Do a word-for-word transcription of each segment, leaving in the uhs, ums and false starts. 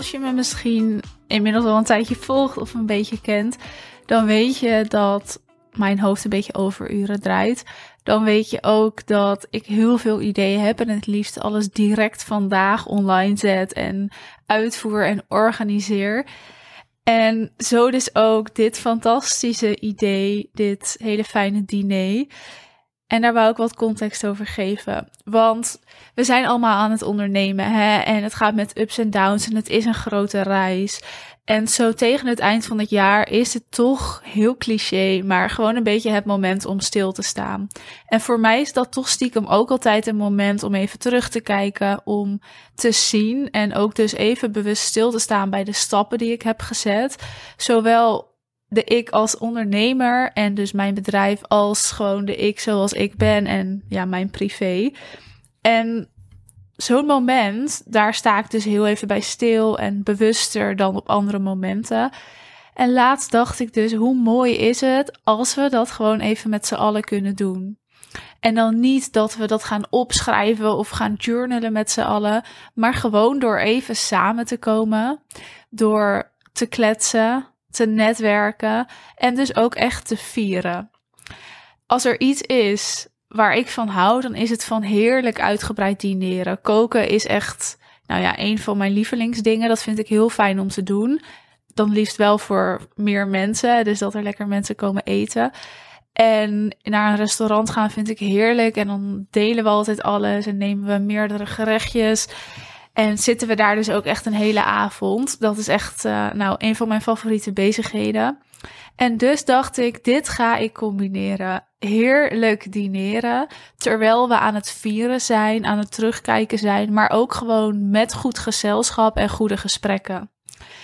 Als je me misschien inmiddels al een tijdje volgt of een beetje kent, dan weet je dat mijn hoofd een beetje overuren draait. Dan weet je ook dat ik heel veel ideeën heb en het liefst alles direct vandaag online zet en uitvoer en organiseer. En zo dus ook dit fantastische idee, dit hele fijne diner. En daar wou ik wat context over geven. Want we zijn allemaal aan het ondernemen, hè? En het gaat met ups en downs en het is een grote reis. En zo tegen het eind van het jaar is het toch heel cliché, maar gewoon een beetje het moment om stil te staan. En voor mij is dat toch stiekem ook altijd een moment om even terug te kijken, om te zien en ook dus even bewust stil te staan bij de stappen die ik heb gezet. Zowel de ik als ondernemer en dus mijn bedrijf als gewoon de ik zoals ik ben en ja, mijn privé. En zo'n moment, daar sta ik dus heel even bij stil en bewuster dan op andere momenten. En laatst dacht ik dus, hoe mooi is het als we dat gewoon even met z'n allen kunnen doen. En dan niet dat we dat gaan opschrijven of gaan journalen met z'n allen, maar gewoon door even samen te komen, door te kletsen, te netwerken en dus ook echt te vieren. Als er iets is waar ik van hou, dan is het van heerlijk uitgebreid dineren. Koken is echt, nou ja, een van mijn lievelingsdingen. Dat vind ik heel fijn om te doen. Dan liefst wel voor meer mensen, dus dat er lekker mensen komen eten. En naar een restaurant gaan vind ik heerlijk. En dan delen we altijd alles en nemen we meerdere gerechtjes. En zitten we daar dus ook echt een hele avond. Dat is echt, uh, nou, een van mijn favoriete bezigheden. En dus dacht ik, dit ga ik combineren. Heerlijk dineren, terwijl we aan het vieren zijn, aan het terugkijken zijn, maar ook gewoon met goed gezelschap en goede gesprekken.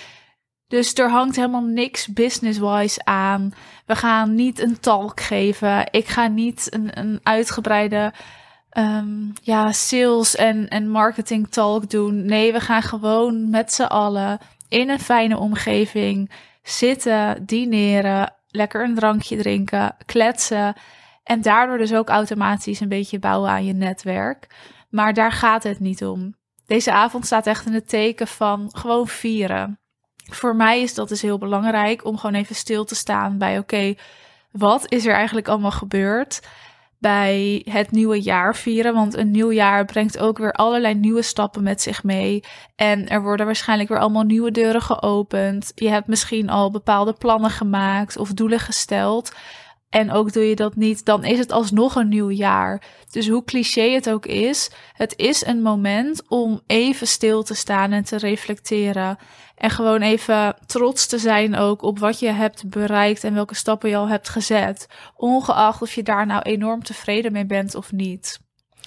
Dus er hangt helemaal niks business-wise aan. We gaan niet een talk geven. Ik ga niet een, een uitgebreide um, ja, sales- en, en marketing talk doen. Nee, we gaan gewoon met z'n allen in een fijne omgeving zitten, dineren, lekker een drankje drinken, kletsen en daardoor dus ook automatisch een beetje bouwen aan je netwerk. Maar daar gaat het niet om. Deze avond staat echt in het teken van gewoon vieren. Voor mij is dat dus heel belangrijk om gewoon even stil te staan bij oké, okay, wat is er eigenlijk allemaal gebeurd bij het nieuwe jaar vieren? Want een nieuw jaar brengt ook weer allerlei nieuwe stappen met zich mee. En er worden waarschijnlijk weer allemaal nieuwe deuren geopend. Je hebt misschien al bepaalde plannen gemaakt of doelen gesteld. En ook doe je dat niet, dan is het alsnog een nieuw jaar. Dus hoe cliché het ook is, het is een moment om even stil te staan en te reflecteren. En gewoon even trots te zijn ook op wat je hebt bereikt en welke stappen je al hebt gezet. Ongeacht of je daar nou enorm tevreden mee bent of niet.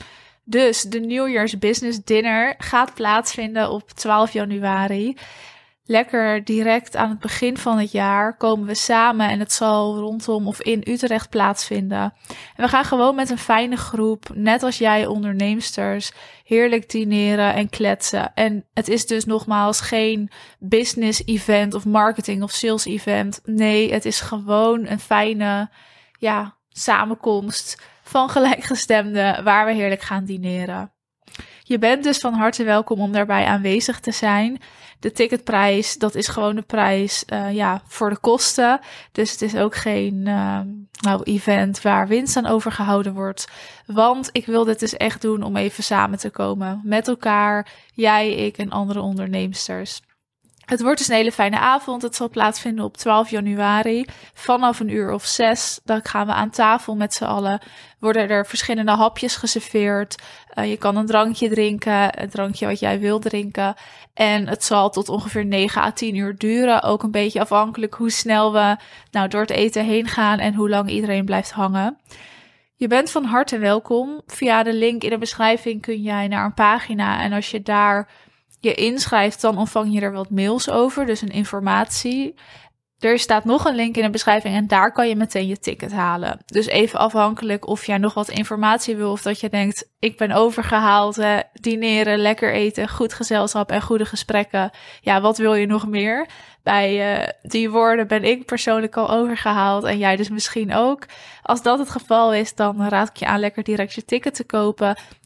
Dus de New Year's Business Dinner gaat plaatsvinden op twaalf januari. Lekker direct aan het begin van het jaar komen we samen en het zal rondom of in Utrecht plaatsvinden. En we gaan gewoon met een fijne groep, net als jij onderneemsters, heerlijk dineren en kletsen. En het is dus nogmaals geen business event of marketing of sales event. Nee, het is gewoon een fijne ja, samenkomst van gelijkgestemden waar we heerlijk gaan dineren. Je bent dus van harte welkom om daarbij aanwezig te zijn. De ticketprijs, dat is gewoon de prijs uh, ja, voor de kosten. Dus het is ook geen uh, nou, event waar winst aan overgehouden wordt. Want ik wil dit dus echt doen om even samen te komen met elkaar. Jij, ik en andere onderneemsters. Het wordt dus een hele fijne avond. Het zal plaatsvinden op twaalf januari vanaf een uur of zes. Dan gaan we aan tafel met z'n allen. Worden er verschillende hapjes geserveerd. Uh, je kan een drankje drinken, een drankje wat jij wil drinken. En het zal tot ongeveer negen à tien uur duren. Ook een beetje afhankelijk hoe snel we nou, door het eten heen gaan en hoe lang iedereen blijft hangen. Je bent van harte welkom. Via de link in de beschrijving kun jij naar een pagina. En als je daar je inschrijft, dan ontvang je er wat mails over, dus een informatie. Er staat nog een link in de beschrijving en daar kan je meteen je ticket halen. Dus even afhankelijk of jij nog wat informatie wil of dat je denkt, ik ben overgehaald, hè, dineren, lekker eten, goed gezelschap en goede gesprekken. Ja, wat wil je nog meer? Bij uh, die woorden ben ik persoonlijk al overgehaald en jij dus misschien ook. Als dat het geval is, dan raad ik je aan lekker direct je ticket te kopen.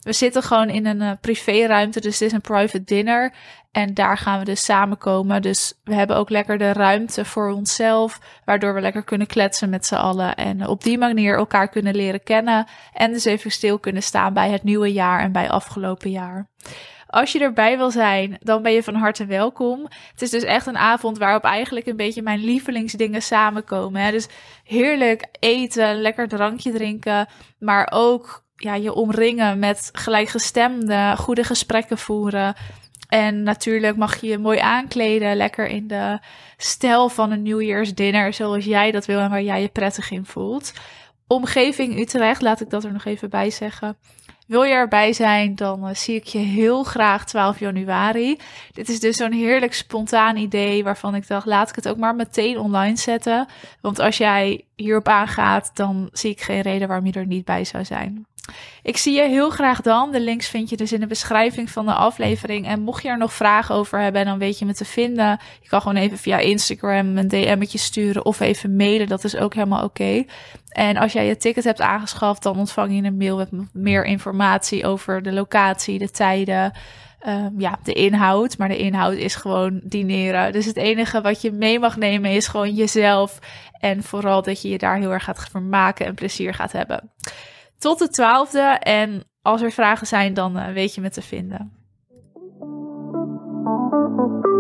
We zitten gewoon in een uh, privéruimte, dus het is een private dinner. En daar gaan we dus samenkomen. Dus we hebben ook lekker de ruimte voor onszelf, waardoor we lekker kunnen kletsen met z'n allen. En op die manier elkaar kunnen leren kennen. En dus even stil kunnen staan bij het nieuwe jaar en bij afgelopen jaar. Als je erbij wil zijn, dan ben je van harte welkom. Het is dus echt een avond waarop eigenlijk een beetje mijn lievelingsdingen samenkomen. Hè? Dus heerlijk eten, lekker drankje drinken, maar ook ja, je omringen met gelijkgestemden, goede gesprekken voeren. En natuurlijk mag je je mooi aankleden, lekker in de stijl van een New Year's dinner, zoals jij dat wil en waar jij je prettig in voelt. Omgeving Utrecht, laat ik dat er nog even bij zeggen. Wil je erbij zijn, dan uh, zie ik je heel graag twaalf januari. Dit is dus zo'n heerlijk spontaan idee waarvan ik dacht, laat ik het ook maar meteen online zetten. Want als jij hierop aangaat, dan zie ik geen reden waarom je er niet bij zou zijn. Ik zie je heel graag dan. De links vind je dus in de beschrijving van de aflevering. En mocht je er nog vragen over hebben, dan weet je me te vinden. Je kan gewoon even via Instagram een D M'tje sturen of even mailen. Dat is ook helemaal oké. Okay. En als jij je ticket hebt aangeschaft, dan ontvang je een mail met meer informatie over de locatie, de tijden, um, ja, de inhoud. Maar de inhoud is gewoon dineren. Dus het enige wat je mee mag nemen is gewoon jezelf. En vooral dat je je daar heel erg gaat vermaken en plezier gaat hebben. Tot de twaalfde en als er vragen zijn, dan uh, weet je me te vinden.